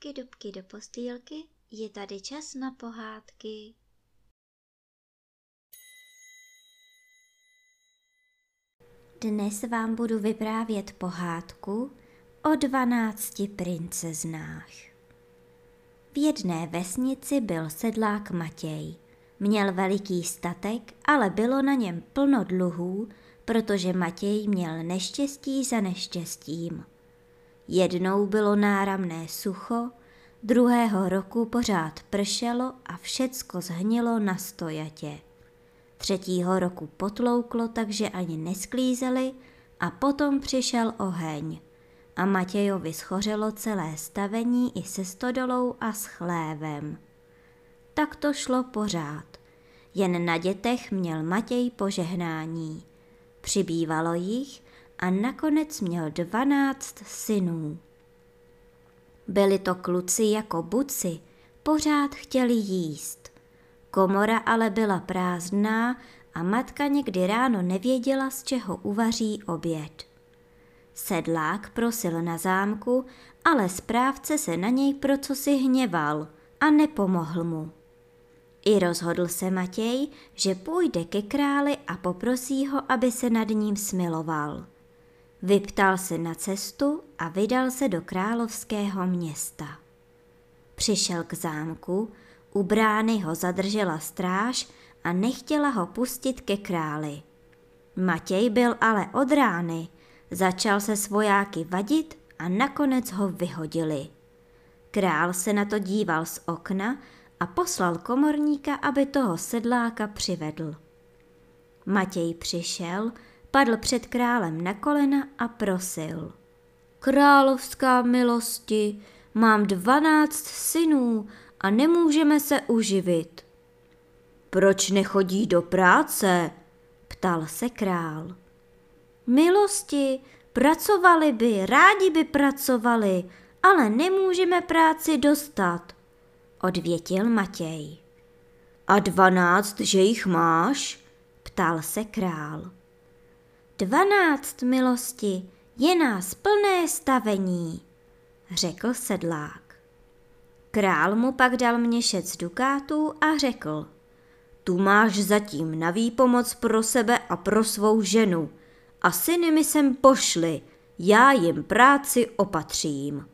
Dubky, dubky do postýlky, je tady čas na pohádky. Dnes vám budu vyprávět pohádku o 12 princeznách. V jedné vesnici byl sedlák Matěj. Měl veliký statek, ale bylo na něm plno dluhů, protože Matěj měl neštěstí za neštěstím. Jednou bylo náramné sucho, druhého roku pořád pršelo a všecko zhnilo na stojatě. Třetího roku potlouklo, takže ani nesklízeli, a potom přišel oheň. A Matějovi schořelo celé stavení i se stodolou a s chlévem. Tak to šlo pořád. Jen na dětech měl Matěj požehnání. Přibývalo jich a nakonec měl 12 synů. Byli to kluci jako buci, pořád chtěli jíst. Komora ale byla prázdná a matka někdy ráno nevěděla, z čeho uvaří oběd. Sedlák prosil na zámku, ale správce se na něj procosi hněval a nepomohl mu. I rozhodl se Matěj, že půjde ke králi a poprosí ho, aby se nad ním smiloval. Vyptal se na cestu a vydal se do královského města. Přišel k zámku, u brány ho zadržela stráž a nechtěla ho pustit ke králi. Matěj byl ale od rány, začal se s vojáky vadit a nakonec ho vyhodili. Král se na to díval z okna a poslal komorníka, aby toho sedláka přivedl. Matěj přišel, padl před králem na kolena a prosil. Královská milosti, mám 12 synů a nemůžeme se uživit. Proč nechodí do práce? Ptal se král. Milosti, pracovali by, rádi by pracovali, ale nemůžeme práci dostat, odvětil Matěj. A 12, že jich máš? Ptal se král. 12, milosti, je nás plné stavení, řekl sedlák. Král mu pak dal měšec dukátů a řekl, tu máš zatím na výpomoc pro sebe a pro svou ženu a syny mi sem pošli, já jim práci opatřím.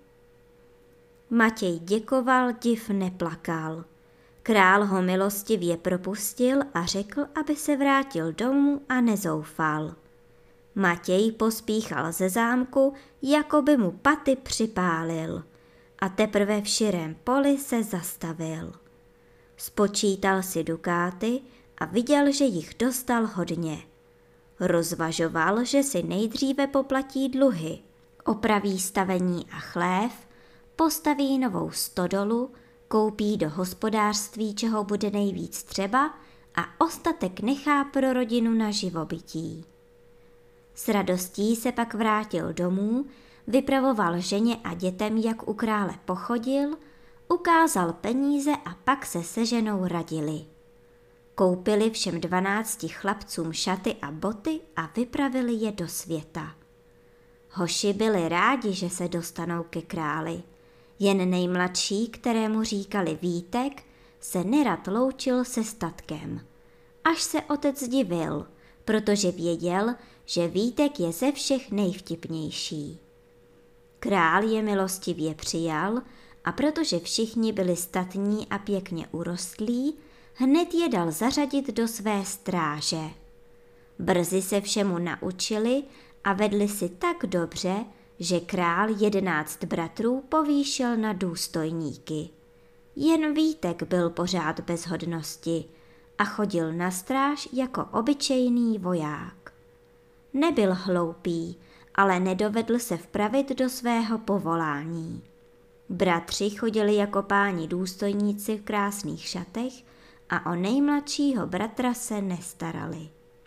Matěj děkoval, div neplakal. Král ho milostivě propustil a řekl, aby se vrátil domů a nezoufal. Matěj pospíchal ze zámku, jako by mu paty připálil, a teprve v širém poli se zastavil. Spočítal si dukáty a viděl, že jich dostal hodně. Rozvažoval, že si nejdříve poplatí dluhy, opraví stavení a chlév, postaví novou stodolu, koupí do hospodářství, čeho bude nejvíc třeba, a ostatek nechá pro rodinu na živobytí. S radostí se pak vrátil domů, vypravoval ženě a dětem, jak u krále pochodil, ukázal peníze a pak se ženou radili. Koupili všem 12 chlapcům šaty a boty a vypravili je do světa. Hoši byli rádi, že se dostanou ke králi. Jen nejmladší, kterému říkali Vítek, se nerad loučil se statkem. Až se otec divil, protože věděl, že Vítek je ze všech nejvtipnější. Král je milostivě přijal a protože všichni byli statní a pěkně urostlí, hned je dal zařadit do své stráže. Brzy se všemu naučili a vedli si tak dobře, že král 11 bratrů povýšil na důstojníky. Jen Vítek byl pořád bez hodnosti a chodil na stráž jako obyčejný voják. Nebyl hloupý, ale nedovedl se vpravit do svého povolání. Bratři chodili jako páni důstojníci v krásných šatech a o nejmladšího bratra se nestarali.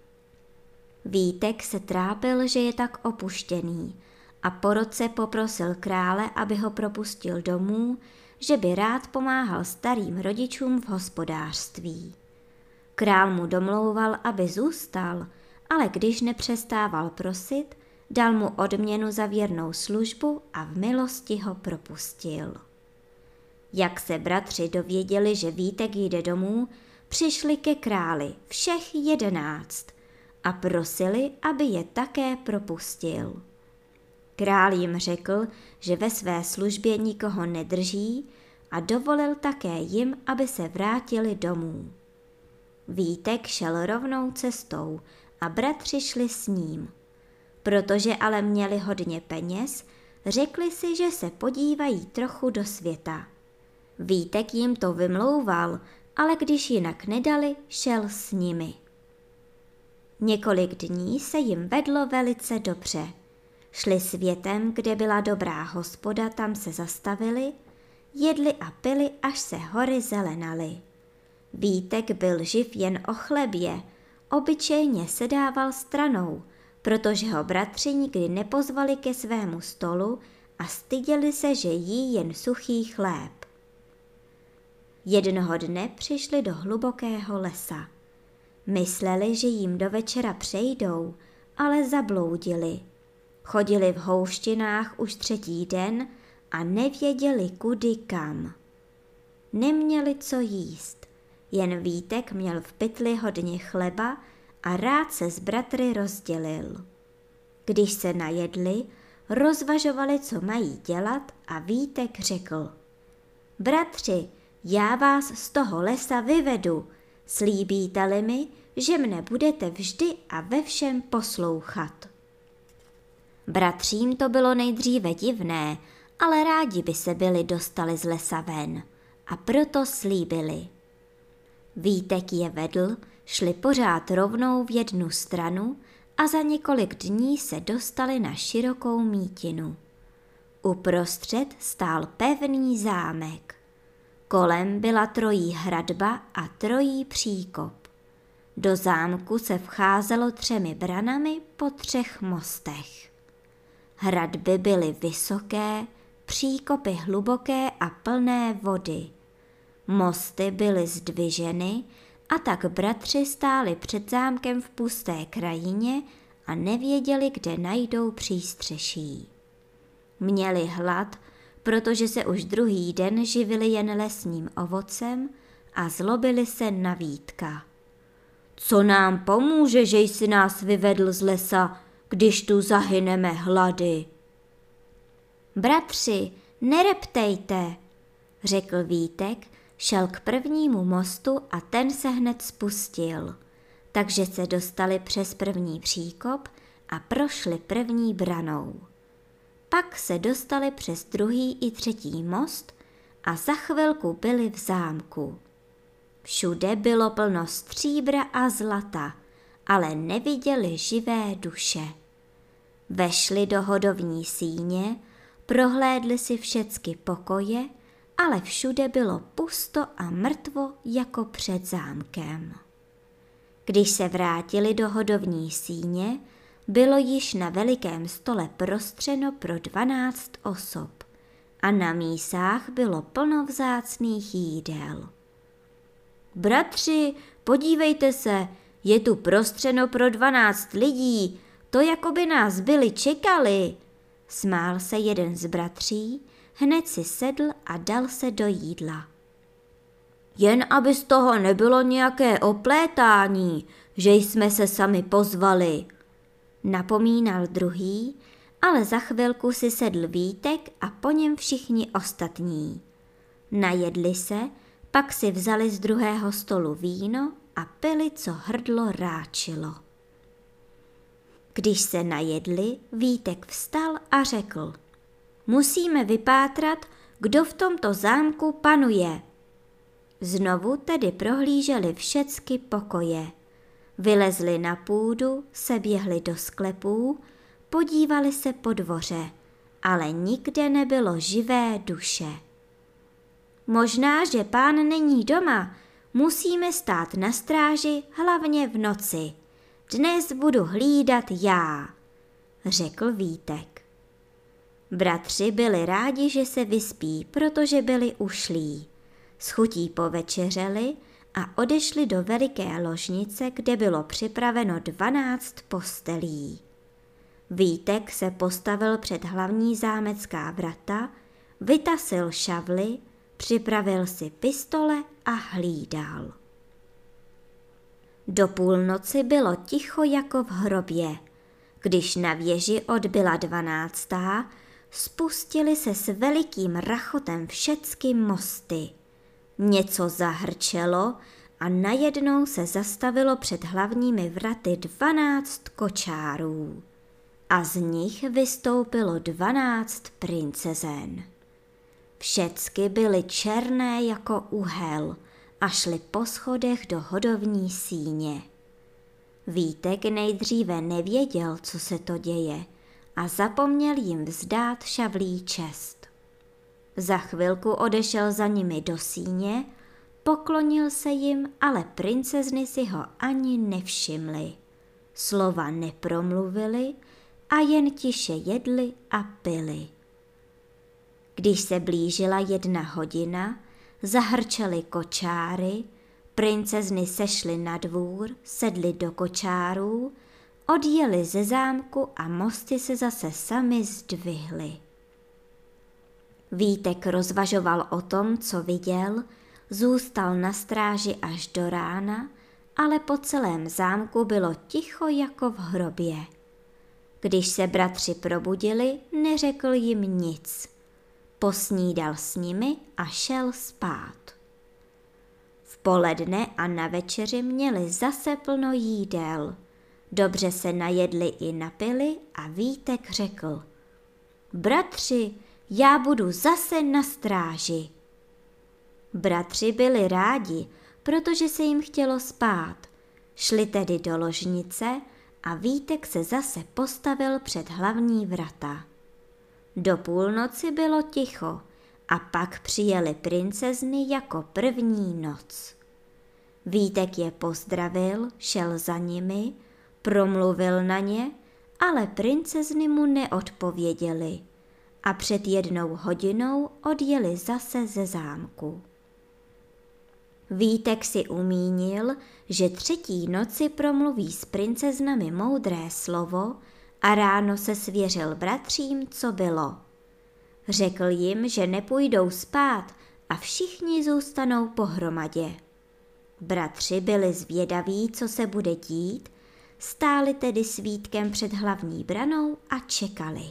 Vítek se trápil, že je tak opuštěný, a po roce poprosil krále, aby ho propustil domů, že by rád pomáhal starým rodičům v hospodářství. Král mu domlouval, aby zůstal, ale když nepřestával prosit, dal mu odměnu za věrnou službu a v milosti ho propustil. Jak se bratři dověděli, že Vítek jde domů, přišli ke králi všech 11 a prosili, aby je také propustil. Král jim řekl, že ve své službě nikoho nedrží a dovolil také jim, aby se vrátili domů. Vítek šel rovnou cestou a bratři šli s ním. Protože ale měli hodně peněz, řekli si, že se podívají trochu do světa. Vítek jim to vymlouval, ale když jinak nedali, šel s nimi. Několik dní se jim vedlo velice dobře. Šli světem, kde byla dobrá hospoda, tam se zastavili, jedli a pili, až se hory zelenaly. Vítek byl živ jen o chlebě, obyčejně se dával stranou, protože ho bratři nikdy nepozvali ke svému stolu a styděli se, že jí jen suchý chléb. Jednoho dne přišli do hlubokého lesa. Mysleli, že jim do večera přejdou, ale zabloudili. Chodili v houštinách už 3. den a nevěděli kudy kam. Neměli co jíst, jen Vítek měl v pytli hodně chleba a rád se s bratry rozdělil. Když se najedli, rozvažovali, co mají dělat a Vítek řekl: Bratři, já vás z toho lesa vyvedu, slíbíte-li mi, že mne budete vždy a ve všem poslouchat. Bratřím to bylo nejdříve divné, ale rádi by se byli dostali z lesa ven a proto slíbili. Vítek je vedl, šli pořád rovnou v jednu stranu a za několik dní se dostali na širokou mítinu. Uprostřed stál pevný zámek. Kolem byla 3 hradba a 3 příkop. Do zámku se vcházelo 3 branami po 3 mostech. Hradby byly vysoké, příkopy hluboké a plné vody. Mosty byly zdviženy a tak bratři stáli před zámkem v pusté krajině a nevěděli, kde najdou přístřeší. Měli hlad, protože se už 2. den živili jen lesním ovocem a zlobili se na Vítka. Co nám pomůže, že jsi nás vyvedl z lesa, když tu zahyneme hlady? Bratři, nereptejte, řekl Vítek, šel k prvnímu mostu a ten se hned spustil, takže se dostali přes první příkop a prošli první branou. Pak se dostali přes 2. i 3. most a za chvilku byli v zámku. Všude bylo plno stříbra a zlata, ale neviděli živé duše. Vešli do hodovní síně, prohlédli si všecky pokoje, ale všude bylo pusto a mrtvo jako před zámkem. Když se vrátili do hodovní síně, bylo již na velikém stole prostřeno pro 12 osob a na mísách bylo plno vzácných jídel. Bratři, podívejte se, je tu prostřeno pro 12 lidí, to jako by nás byli čekali. Smál se jeden z bratří, hned si sedl a dal se do jídla. Jen aby z toho nebylo nějaké oplétání, že jsme se sami pozvali, napomínal druhý, ale za chvilku si sedl Vítek a po něm všichni ostatní. Najedli se, pak si vzali z druhého stolu víno a pili, co hrdlo ráčilo. Když se najedli, Vítek vstal a řekl: Musíme vypátrat, kdo v tomto zámku panuje. Znovu tedy prohlíželi všecky pokoje. Vylezli na půdu, seběhli do sklepů, podívali se po dvoře, ale nikde nebylo živé duše. Možná, že pán není doma, musíme stát na stráži hlavně v noci. Dnes budu hlídat já, řekl Vítek. Bratři byli rádi, že se vyspí, protože byli ušlí. S chutí povečeřeli a odešli do veliké ložnice, kde bylo připraveno 12 postelí. Vítek se postavil před hlavní zámecká vrata, vytasil šavli, Připravil si pistole a hlídal. Do půlnoci bylo ticho jako v hrobě. Když na věži odbyla 12., spustily se s velikým rachotem všecky mosty. Něco zahrčelo a najednou se zastavilo před hlavními vraty 12 kočárů. A z nich vystoupilo 12 princezen. Všecky byly černé jako uhel a šly po schodech do hodovní síně. Vítek nejdříve nevěděl, co se to děje, a zapomněl jim vzdát šavlí čest. Za chvilku odešel za nimi do síně, poklonil se jim, ale princezny si ho ani nevšimly. Slova nepromluvily a jen tiše jedli a pili. Když se blížila 1 hodina, zahrčely kočáry, princezny sešly na dvůr, sedly do kočárů, odjeli ze zámku a mosty se zase sami zdvihly. Vítek rozvažoval o tom, co viděl, zůstal na stráži až do rána, ale po celém zámku bylo ticho jako v hrobě. Když se bratři probudili, neřekl jim nic. Posnídal s nimi a šel spát. V poledne a na večeři měli zase plno jídel. Dobře se najedli i napili a Vítek řekl: Bratři, já budu zase na stráži. Bratři byli rádi, protože se jim chtělo spát. Šli tedy do ložnice a Vítek se zase postavil před hlavní vrata. Do půlnoci bylo ticho a pak přijeli princezny jako první noc. Vítek je pozdravil, šel za nimi, promluvil na ně, ale princezny mu neodpověděly a před 1 hodinou odjeli zase ze zámku. Vítek si umínil, že 3. noci promluví s princeznami moudré slovo a ráno se svěřil bratřím, co bylo. Řekl jim, že nepůjdou spát a všichni zůstanou pohromadě. Bratři byli zvědaví, co se bude dít, stáli tedy s Vítkem před hlavní branou a čekali.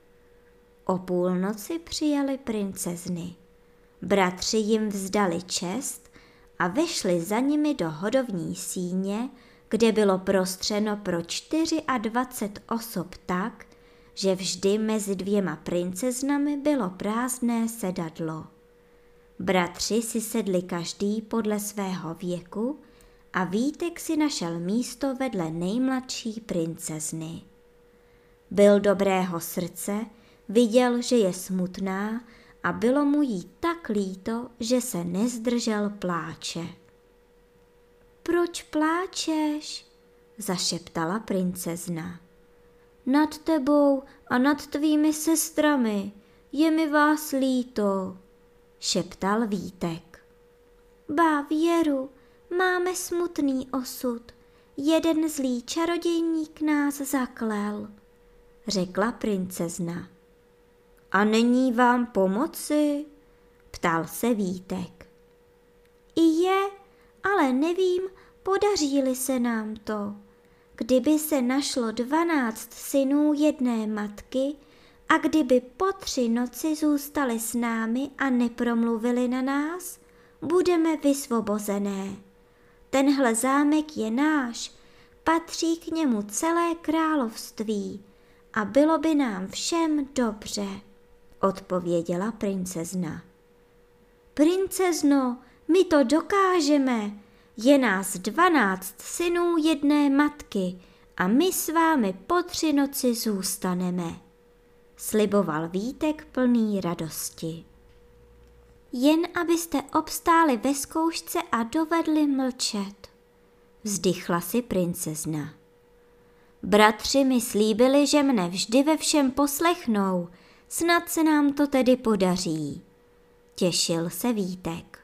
O půlnoci přijeli princezny. Bratři jim vzdali čest a vešli za nimi do hodovní síně, kde bylo prostřeno pro 24 osob tak, že vždy mezi 2 princeznami bylo prázdné sedadlo. Bratři si sedli každý podle svého věku a Vítek si našel místo vedle nejmladší princezny. Byl dobrého srdce, viděl, že je smutná a bylo mu jí tak líto, že se nezdržel pláče. Proč pláčeš? Zašeptala princezna. Nad tebou a nad tvými sestrami, je mi vás líto, šeptal Vítek. Bá Věru, máme smutný osud, jeden zlý čarodějník nás zaklel, řekla princezna. A není vám pomoci? Ptal se Vítek. I je, ale nevím, podaří-li se nám to. Kdyby se našlo 12 synů jedné matky a kdyby po 3 noci zůstali s námi a nepromluvili na nás, budeme vysvobozené. Tenhle zámek je náš, patří k němu celé království a bylo by nám všem dobře, odpověděla princezna. Princezno, my to dokážeme. Je nás 12 synů jedné matky a my s vámi po 3 noci zůstaneme, sliboval Vítek plný radosti. Jen abyste obstáli ve zkoušce a dovedli mlčet, vzdychla si princezna. Bratři mi slíbili, že mne vždy ve všem poslechnou, snad se nám to tedy podaří, těšil se Vítek.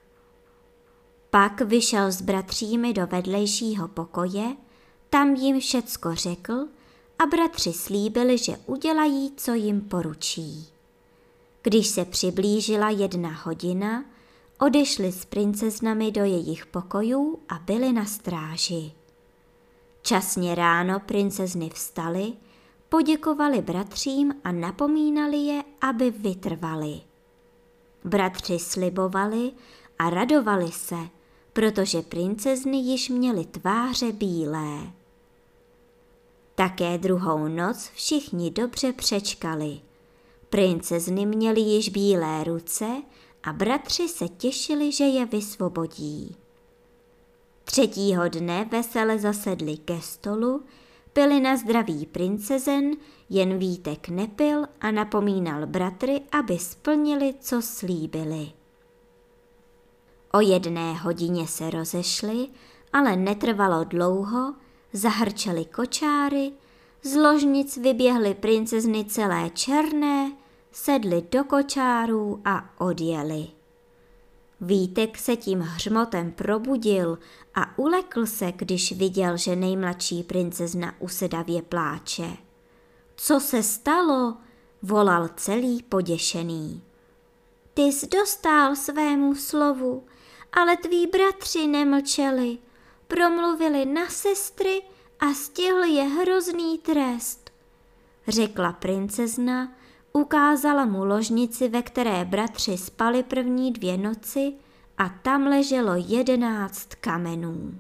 Pak vyšel s bratřími do vedlejšího pokoje, tam jim všecko řekl a bratři slíbili, že udělají, co jim poručí. Když se přiblížila 1 hodina, odešli s princeznami do jejich pokojů a byli na stráži. Časně ráno princezny vstaly, poděkovali bratřím a napomínali je, aby vytrvali. Bratři slibovali a radovali se, protože princezny již měly tváře bílé. Také druhou noc všichni dobře přečkali. Princezny měly již bílé ruce a bratři se těšili, že je vysvobodí. Třetího dne vesele zasedli ke stolu, pili na zdraví princezen, jen Vítek nepil a napomínal bratry, aby splnili, co slíbili. O 1:00 se rozešli, ale netrvalo dlouho, zahrčeli kočáry, z ložnic vyběhly princezny celé černé, sedli do kočárů a odjeli. Vítek se tím hřmotem probudil a ulekl se, když viděl, že nejmladší princezna usedavě pláče. Co se stalo? Volal celý poděšený. Ty jsi dostál svému slovu, ale tví bratři nemlčeli, promluvili na sestry a stihl je hrozný trest, řekla princezna, ukázala mu ložnici, ve které bratři spali první 2 noci a tam leželo 11 kamenů.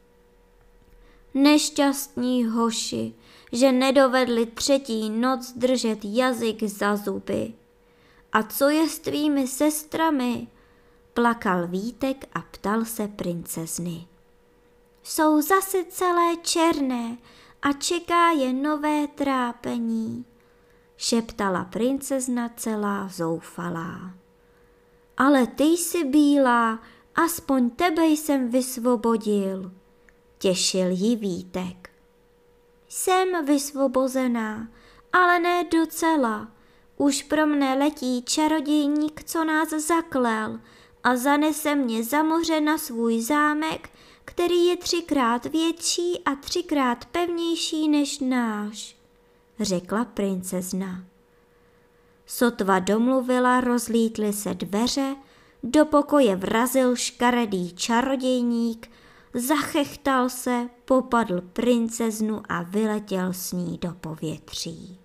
Nešťastní hoši, že nedovedli 3. noc držet jazyk za zuby. A co je s tvými sestrami? Plakal Vítek a ptal se princezny. Jsou zase celé černé a čeká je nové trápení, šeptala princezna celá zoufalá. Ale ty jsi bílá, aspoň tebe jsem vysvobodil, těšil jí Vítek. Jsem vysvobozená, ale ne docela. Už pro mne letí čarodějník, co nás zaklel a zanese mě za moře na svůj zámek, který je 3krát větší a 3krát pevnější než náš, řekla princezna. Sotva domluvila, rozlítly se dveře, do pokoje vrazil škaredý čarodějník, zachechtal se, popadl princeznu a vyletěl s ní do povětří.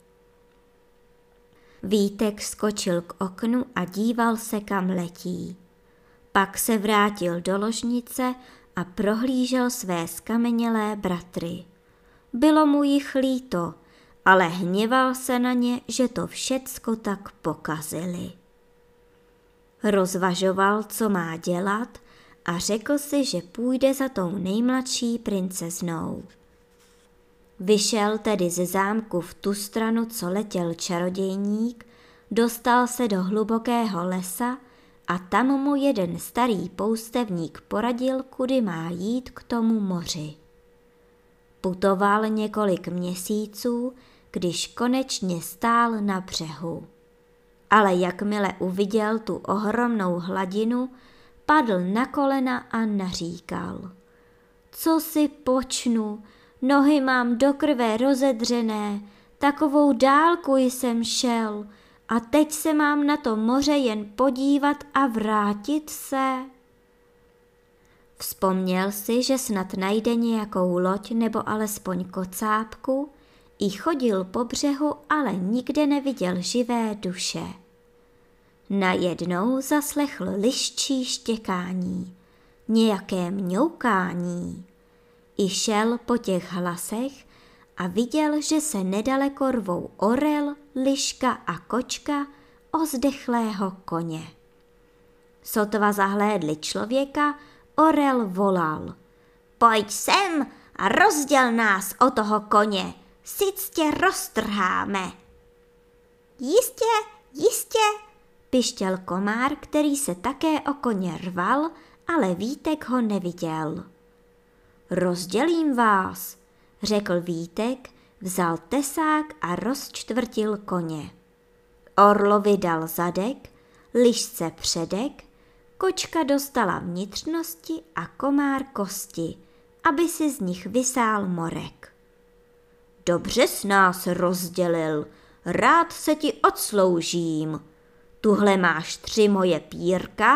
Vítek skočil k oknu a díval se, kam letí. Pak se vrátil do ložnice a prohlížel své skamenělé bratry. Bylo mu jich líto, ale hněval se na ně, že to všecko tak pokazili. Rozvažoval, co má dělat a řekl si, že půjde za tou nejmladší princeznou. Vyšel tedy ze zámku v tu stranu, co letěl čarodějník, dostal se do hlubokého lesa a tam mu jeden starý poustevník poradil, kudy má jít k tomu moři. Putoval několik měsíců, když konečně stál na břehu. Ale jakmile uviděl tu ohromnou hladinu, padl na kolena a naříkal. Co si počnu, nohy mám do krve rozedřené, takovou dálku jsem šel a teď se mám na to moře jen podívat a vrátit se. Vzpomněl si, že snad najde nějakou loď nebo alespoň kocápku, i chodil po břehu, ale nikde neviděl živé duše. Najednou zaslechl liščí štěkání, nějaké mňoukání. I šel po těch hlasech a viděl, že se nedaleko rvou orel, liška a kočka o zdechlého koně. Sotva zahlédli člověka, orel volal. Pojď sem a rozděl nás o toho koně, sic tě roztrháme. Jistě, jistě, pištěl komár, který se také o koně rval, ale Vítek ho neviděl. Rozdělím vás, řekl Vítek, vzal tesák a rozčtvrtil koně. Orlovi dal zadek, lišce předek, kočka dostala vnitřnosti a komár kosti, aby si z nich vysál morek. Dobře s nás rozdělil, rád se ti odsloužím. Tuhle máš 3 moje pírka,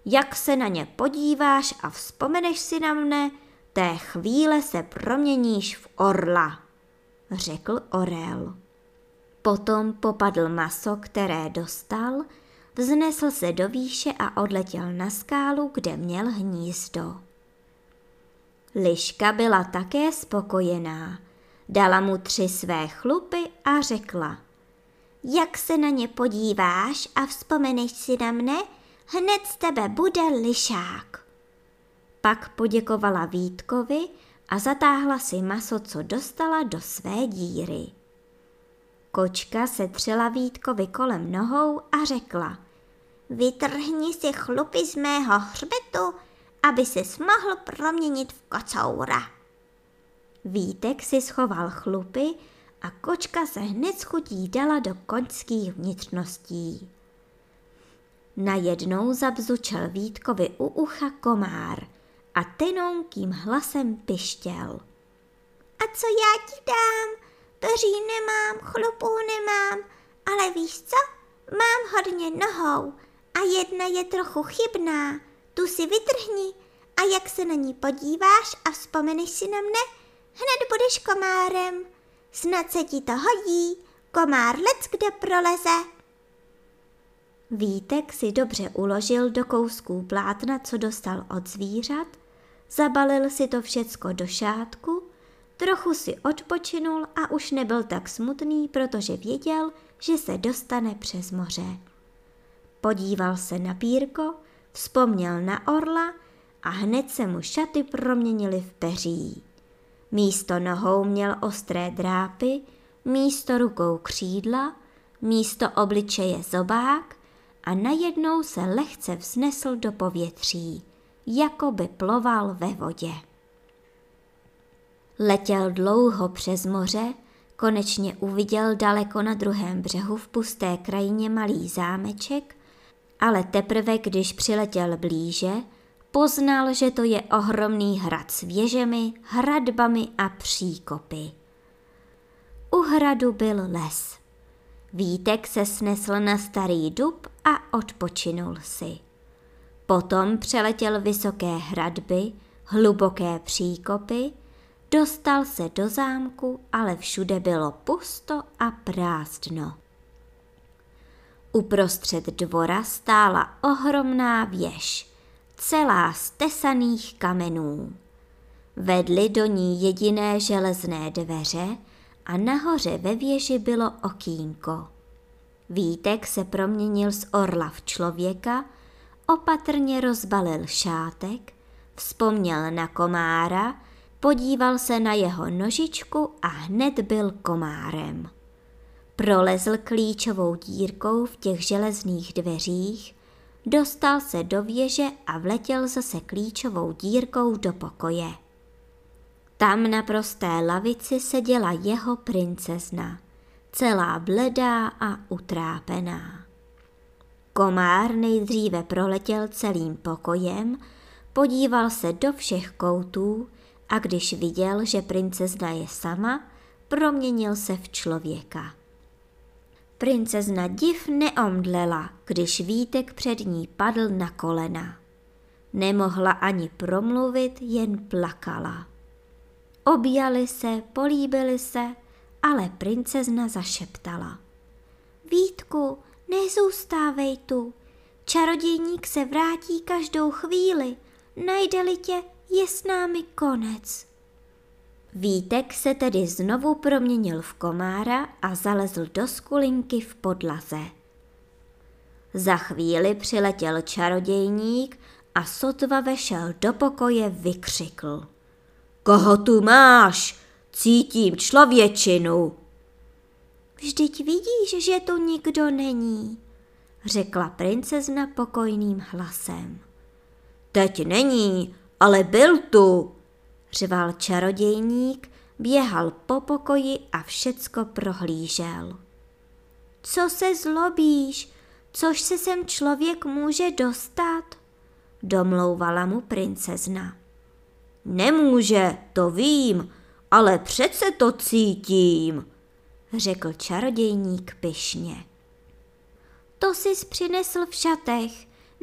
Jak se na ně podíváš a vzpomeneš si na mne, té chvíle se proměníš v orla, řekl orel. Potom popadl maso, které dostal, vznesl se do výše a odletěl na skálu, kde měl hnízdo. Liška byla také spokojená, dala mu 3 své chlupy a řekla: Jak se na ně podíváš a vzpomeneš si na mne, hned z tebe bude lišák. Pak poděkovala Vítkovi a zatáhla si maso, co dostala, do své díry. Kočka se třela Vítkovi kolem nohou a řekla: Vytrhni si chlupy z mého hřbetu, aby ses mohl proměnit v kocoura. Vítek si schoval chlupy a kočka se hned s chutí dala do koňských vnitřností. Najednou zabzučel Vítkovi u ucha komár a tenonkým hlasem pištěl: A co já ti dám? Peří nemám, chlupů nemám, ale víš co? Mám hodně nohou a jedna je trochu chybná, tu si vytrhni a jak se na ní podíváš a vzpomeneš si na mne, hned budeš komárem. Snad se ti to hodí, komár leckde proleze. Vítek si dobře uložil do kousků plátna, co dostal od zvířat, zabalil si to všecko do šátku, trochu si odpočinul a už nebyl tak smutný, protože věděl, že se dostane přes moře. Podíval se na pírko, vzpomněl na orla a hned se mu šaty proměnily v peří. Místo nohou měl ostré drápy, místo rukou křídla, místo obličeje zobák a najednou se lehce vznesl do povětří, jako by ploval ve vodě. Letěl dlouho přes moře, konečně uviděl daleko na druhém břehu v pusté krajině malý zámeček, ale teprve když přiletěl blíže, poznal, že to je ohromný hrad s věžemi, hradbami a příkopy. U hradu byl les. Vítek se snesl na starý dub a odpočinul si. Potom přeletěl vysoké hradby, hluboké příkopy, dostal se do zámku, ale všude bylo pusto a prázdno. Uprostřed dvora stála ohromná věž, celá z tesaných kamenů. Vedly do ní jediné železné dveře a nahoře ve věži bylo okýnko. Vítek se proměnil z orla v člověka, opatrně rozbalil šátek, vzpomněl na komára, podíval se na jeho nožičku a hned byl komárem. Prolezl klíčovou dírkou v těch železných dveřích, dostal se do věže a vletěl zase klíčovou dírkou do pokoje. Tam na prosté lavici seděla jeho princezna, celá bledá a utrápená. Komár nejdříve proletěl celým pokojem, podíval se do všech koutů a když viděl, že princezna je sama, proměnil se v člověka. Princezna div neomdlela, když Vítek před ní padl na kolena. Nemohla ani promluvit, jen plakala. Objali se, políbili se, ale princezna zašeptala: Vítku, nezůstávej tu, čarodějník se vrátí každou chvíli, najde-li tě, je s námi konec. Vítek se tedy znovu proměnil v komára a zalezl do skulinky v podlaze. Za chvíli přiletěl čarodějník a sotva vešel do pokoje, vykřikl: Koho tu máš? Cítím člověčinu. Vždyť vidíš, že tu nikdo není, řekla princezna pokojným hlasem. Teď není, ale byl tu, řval čarodějník, běhal po pokoji a všecko prohlížel. Co se zlobíš, což se sem člověk může dostat? Domlouvala mu princezna. Nemůže, to vím, ale přece to cítím, řekl čarodějník pyšně. To sis přinesl v šatech,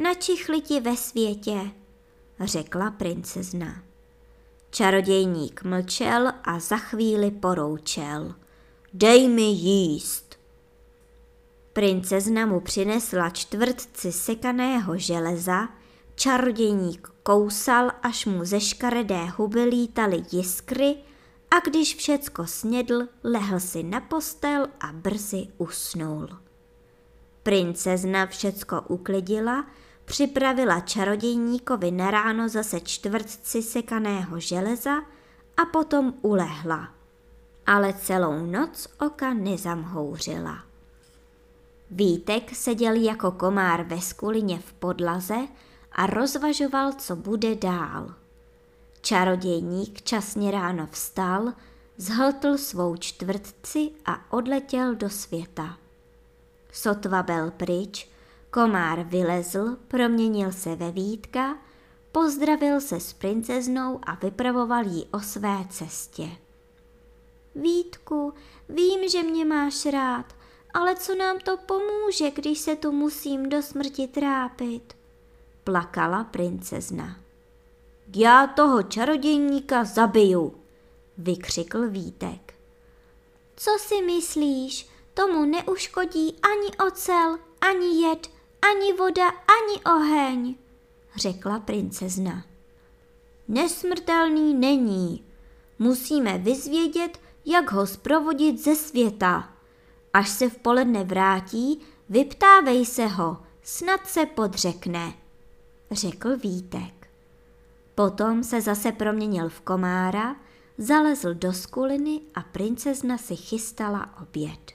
načichli ti ve světě, řekla princezna. Čarodějník mlčel a za chvíli poroučel. Dej mi jíst. Princezna mu přinesla čtvrtci sekaného železa, čarodějník kousal, až mu ze škaredé huby lítaly jiskry a když všecko snědl, lehl si na postel a brzy usnul. Princezna všecko uklidila, připravila čarodějníkovi na ráno zase čtvrtci sekaného železa a potom ulehla. Ale celou noc oka nezamhouřila. Vítek seděl jako komár ve skulině v podlaze a rozvažoval, co bude dál. Čarodějník časně ráno vstal, zhltl svou čtvrtci a odletěl do světa. Sotva byl pryč, komár vylezl, proměnil se ve Vítka, pozdravil se s princeznou a vypravoval jí o své cestě. Vítku, vím, že mě máš rád, ale co nám to pomůže, když se tu musím do smrti trápit? Plakala princezna. Já toho čarodějníka zabiju, vykřikl Vítek. Co si myslíš? Tomu neuškodí ani ocel, ani jed, ani voda, ani oheň, řekla princezna. Nesmrtelný není. Musíme vyzvědět, jak ho zprovodit ze světa. Až se v poledne vrátí, vyptávej se ho, snad se podřekne, řekl Vítek. Potom se zase proměnil v komára, zalezl do skuliny a princezna si chystala oběd.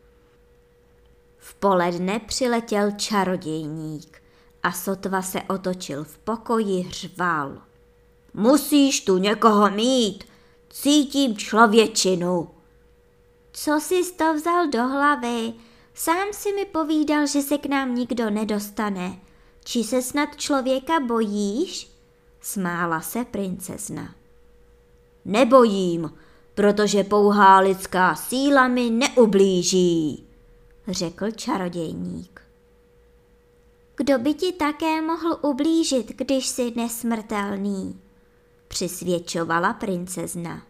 V poledne přiletěl čarodějník a sotva se otočil v pokoji, řval. Musíš tu někoho mít, cítím člověčinu. Co jsi to vzal do hlavy? Sám si mi povídal, že se k nám nikdo nedostane. Či se snad člověka bojíš? Smála se princezna. Nebojím, protože pouhá lidská síla mi neublíží, řekl čarodějník. Kdo by ti také mohl ublížit, když jsi nesmrtelný? Přisvědčovala princezna.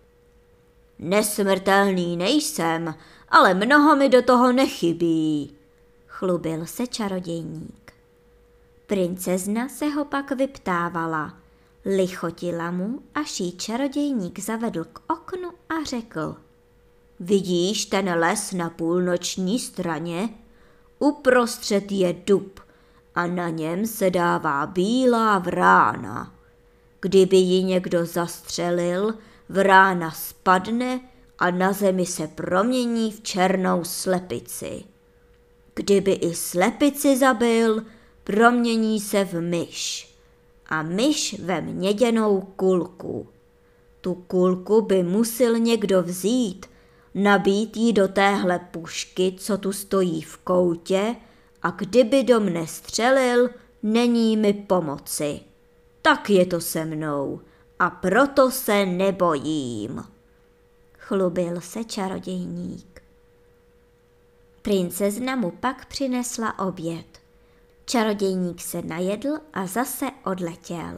Nesmrtelný nejsem, ale mnoho mi do toho nechybí, chlubil se čarodějník. Princezna se ho pak vyptávala, lichotila mu, až jí čarodějník zavedl k oknu a řekl. Vidíš ten les na půlnoční straně? Uprostřed je dub a na něm se dává bílá vrána. Kdyby ji někdo zastřelil, vrána spadne a na zemi se promění v černou slepici. Kdyby i slepici zabil, promění se v myš a myš ve měděnou kulku. Tu kulku by musel někdo vzít, nabít ji do téhle pušky, co tu stojí v koutě, a kdyby do mne střelil, není mi pomoci. Tak je to se mnou a proto se nebojím, chlubil se čarodějník. Princezna mu pak přinesla oběd. Čarodějník se najedl a zase odletěl.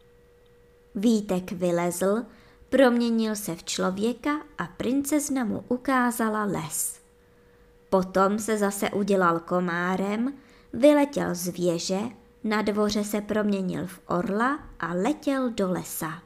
Vítek vylezl, proměnil se v člověka a princezna mu ukázala les. Potom se zase udělal komárem, vyletěl z věže, na dvoře se proměnil v orla a letěl do lesa.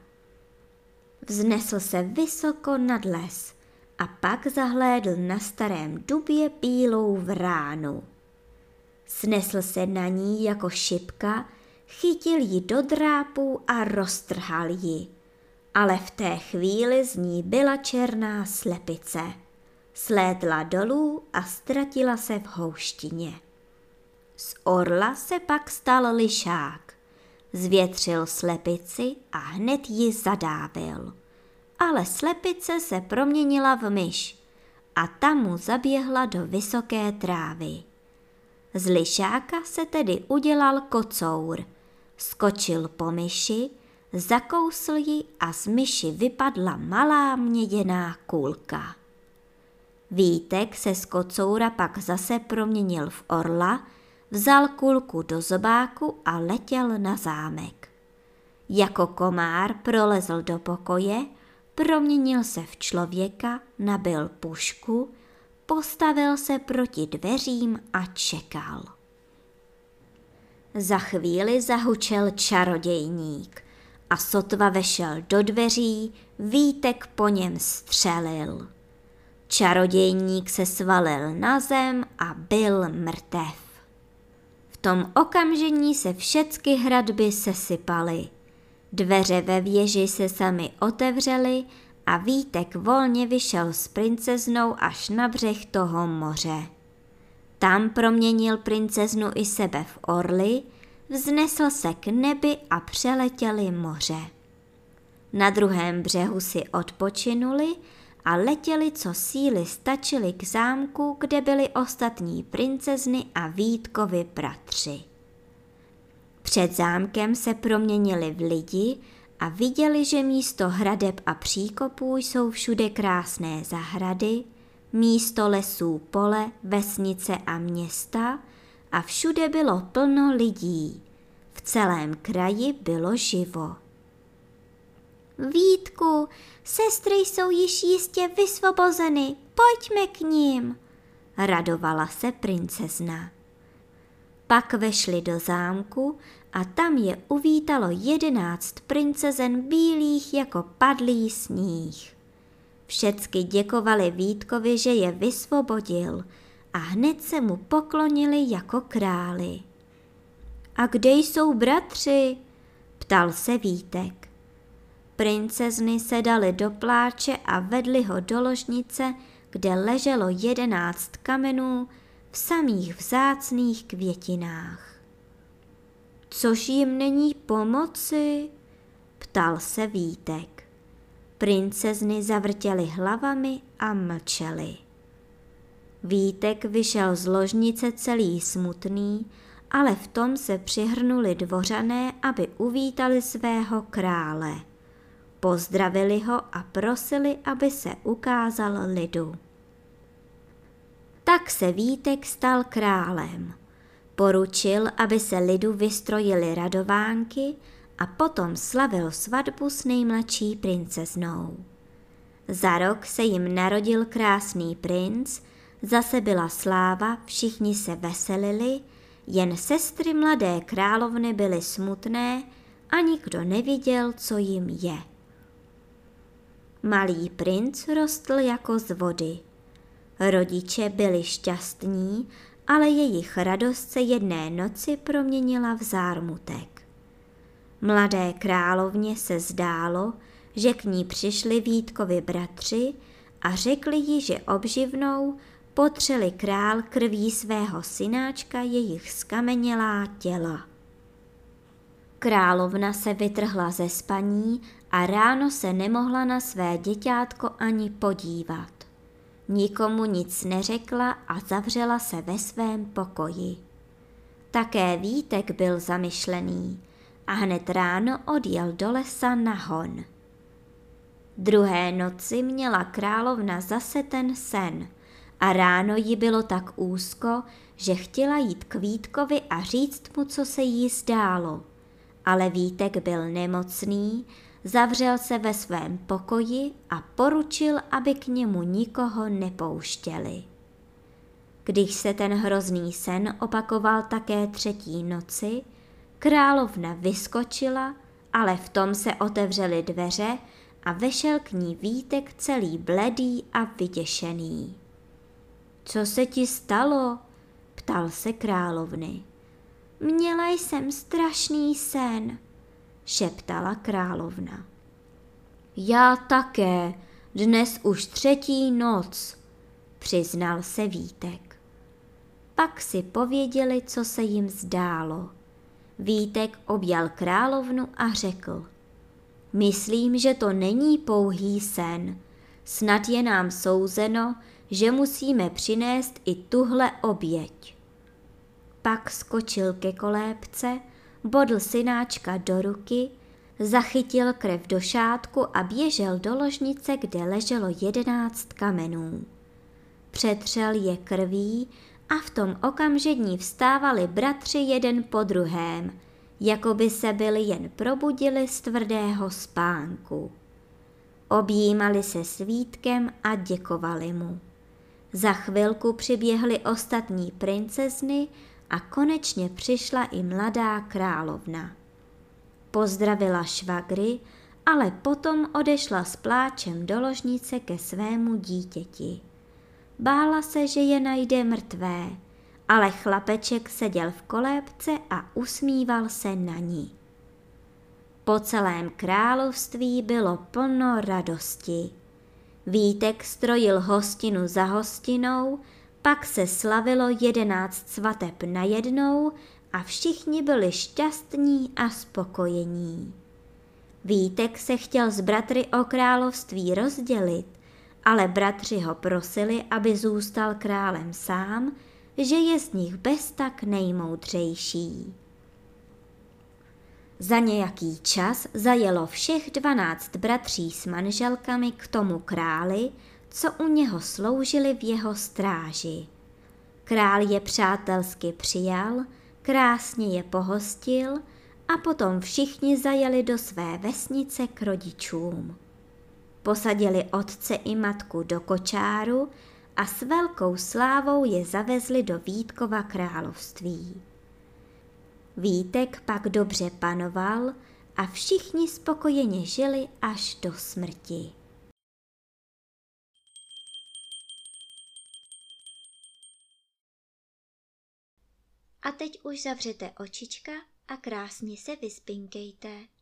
Vznesl se vysoko nad les a pak zahlédl na starém dubě bílou vránu. Snesl se na ní jako šipka, chytil ji do drápů a roztrhal ji. Ale v té chvíli z ní byla černá slepice. Slétla dolů a ztratila se v houštině. Z orla se pak stal lišák. Zvětřil slepici a hned ji zadávil. Ale slepice se proměnila v myš a ta mu zaběhla do vysoké trávy. Z lišáka se tedy udělal kocour, skočil po myši, zakousl ji a z myši vypadla malá měděná kulka. Vítek se z kocoura pak zase proměnil v orla, vzal kulku do zobáku a letěl na zámek. Jako komár prolezl do pokoje, proměnil se v člověka, nabil pušku, postavil se proti dveřím a čekal. Za chvíli zahučel čarodějník a sotva vešel do dveří, Vítek po něm střelil. Čarodějník se svalil na zem a byl mrtev. V tom okamžení se všecky hradby sesypaly. Dveře ve věži se sami otevřely a Vítek volně vyšel s princeznou až na břeh toho moře. Tam proměnil princeznu i sebe v orly, vznesl se k nebi a přeletěli moře. Na druhém břehu si odpočinuli a letěli, co síly stačily k zámku, kde byly ostatní princezny a Vítkovi bratři. Před zámkem se proměnili v lidi a viděli, že místo hradeb a příkopů jsou všude krásné zahrady, místo lesů pole, vesnice a města a všude bylo plno lidí. V celém kraji bylo živo. Vítku, sestry jsou již jistě vysvobozeny, pojďme k nim, radovala se princezna. Pak vešli do zámku a tam je uvítalo 11 princezen bílých jako padlý sníh. Všecky děkovali Vítkovi, že je vysvobodil a hned se mu poklonili jako králi. A kde jsou bratři? Ptal se Vítek. Princezny se daly do pláče a vedly ho do ložnice, kde leželo 11 kamenů v samých vzácných květinách. Což jim není pomoci? Ptal se Vítek. Princezny zavrtěly hlavami a mlčely. Vítek vyšel z ložnice celý smutný, ale v tom se přihrnuli dvořané, aby uvítali svého krále. Pozdravili ho a prosili, aby se ukázal lidu. Tak se Vítek stal králem. Poručil, aby se lidu vystrojili radovánky a potom slavil svatbu s nejmladší princeznou. Za rok se jim narodil krásný princ, zase byla sláva, všichni se veselili, jen sestry mladé královny byly smutné a nikdo neviděl, co jim je. Malý princ rostl jako z vody. Rodiče byli šťastní, ale jejich radost se jedné noci proměnila v zármutek. Mladé královně se zdálo, že k ní přišli Vítkovi bratři a řekli jí, že obživnou potřeli král krví svého synáčka jejich skamenělá těla. Královna se vytrhla ze spaní a ráno se nemohla na své děťátko ani podívat. Nikomu nic neřekla a zavřela se ve svém pokoji. Také Vítek byl zamyšlený a hned ráno odjel do lesa na hon. Druhé noci měla královna zase ten sen a ráno jí bylo tak úzko, že chtěla jít k Vítkovi a říct mu, co se jí zdálo. Ale Vítek byl nemocný, zavřel se ve svém pokoji a poručil, aby k němu nikoho nepouštěli. Když se ten hrozný sen opakoval také třetí noci, královna vyskočila, ale v tom se otevřely dveře a vešel k ní Vítek celý bledý a vyděšený. Co se ti stalo? Ptal se královny. Měla jsem strašný sen, šeptala královna. Já také, dnes už třetí noc, přiznal se Vítek. Pak si pověděli, co se jim zdálo. Vítek objal královnu a řekl. Myslím, že to není pouhý sen. Snad je nám souzeno, že musíme přinést i tuhle oběť. Pak skočil ke kolébce, bodl synáčka do ruky, zachytil krev do šátku a běžel do ložnice, kde leželo 11 kamenů. Přetřel je krví a v tom okamžení vstávali bratři jeden po druhém, jako by se byli jen probudili z tvrdého spánku. Objímali se s Vítkem a děkovali mu. Za chvilku přiběhly ostatní princezny a konečně přišla i mladá královna. Pozdravila švagry, ale potom odešla s pláčem do ložnice ke svému dítěti. Bála se, že je najde mrtvé, ale chlapeček seděl v kolébce a usmíval se na ní. Po celém království bylo plno radosti. Vítek strojil hostinu za hostinou, pak se slavilo 11 svateb najednou a všichni byli šťastní a spokojení. Vítek se chtěl s bratry o království rozdělit, ale bratři ho prosili, aby zůstal králem sám, že je z nich beztak nejmoudřejší. Za nějaký čas zajelo všech 12 bratří s manželkami k tomu králi, co u něho sloužili v jeho stráži. Král je přátelsky přijal, krásně je pohostil a potom všichni zajeli do své vesnice k rodičům. Posadili otce i matku do kočáru a s velkou slávou je zavezli do Vítkova království. Vítek pak dobře panoval a všichni spokojeně žili až do smrti. A teď už zavřete očička a krásně se vyspinkejte.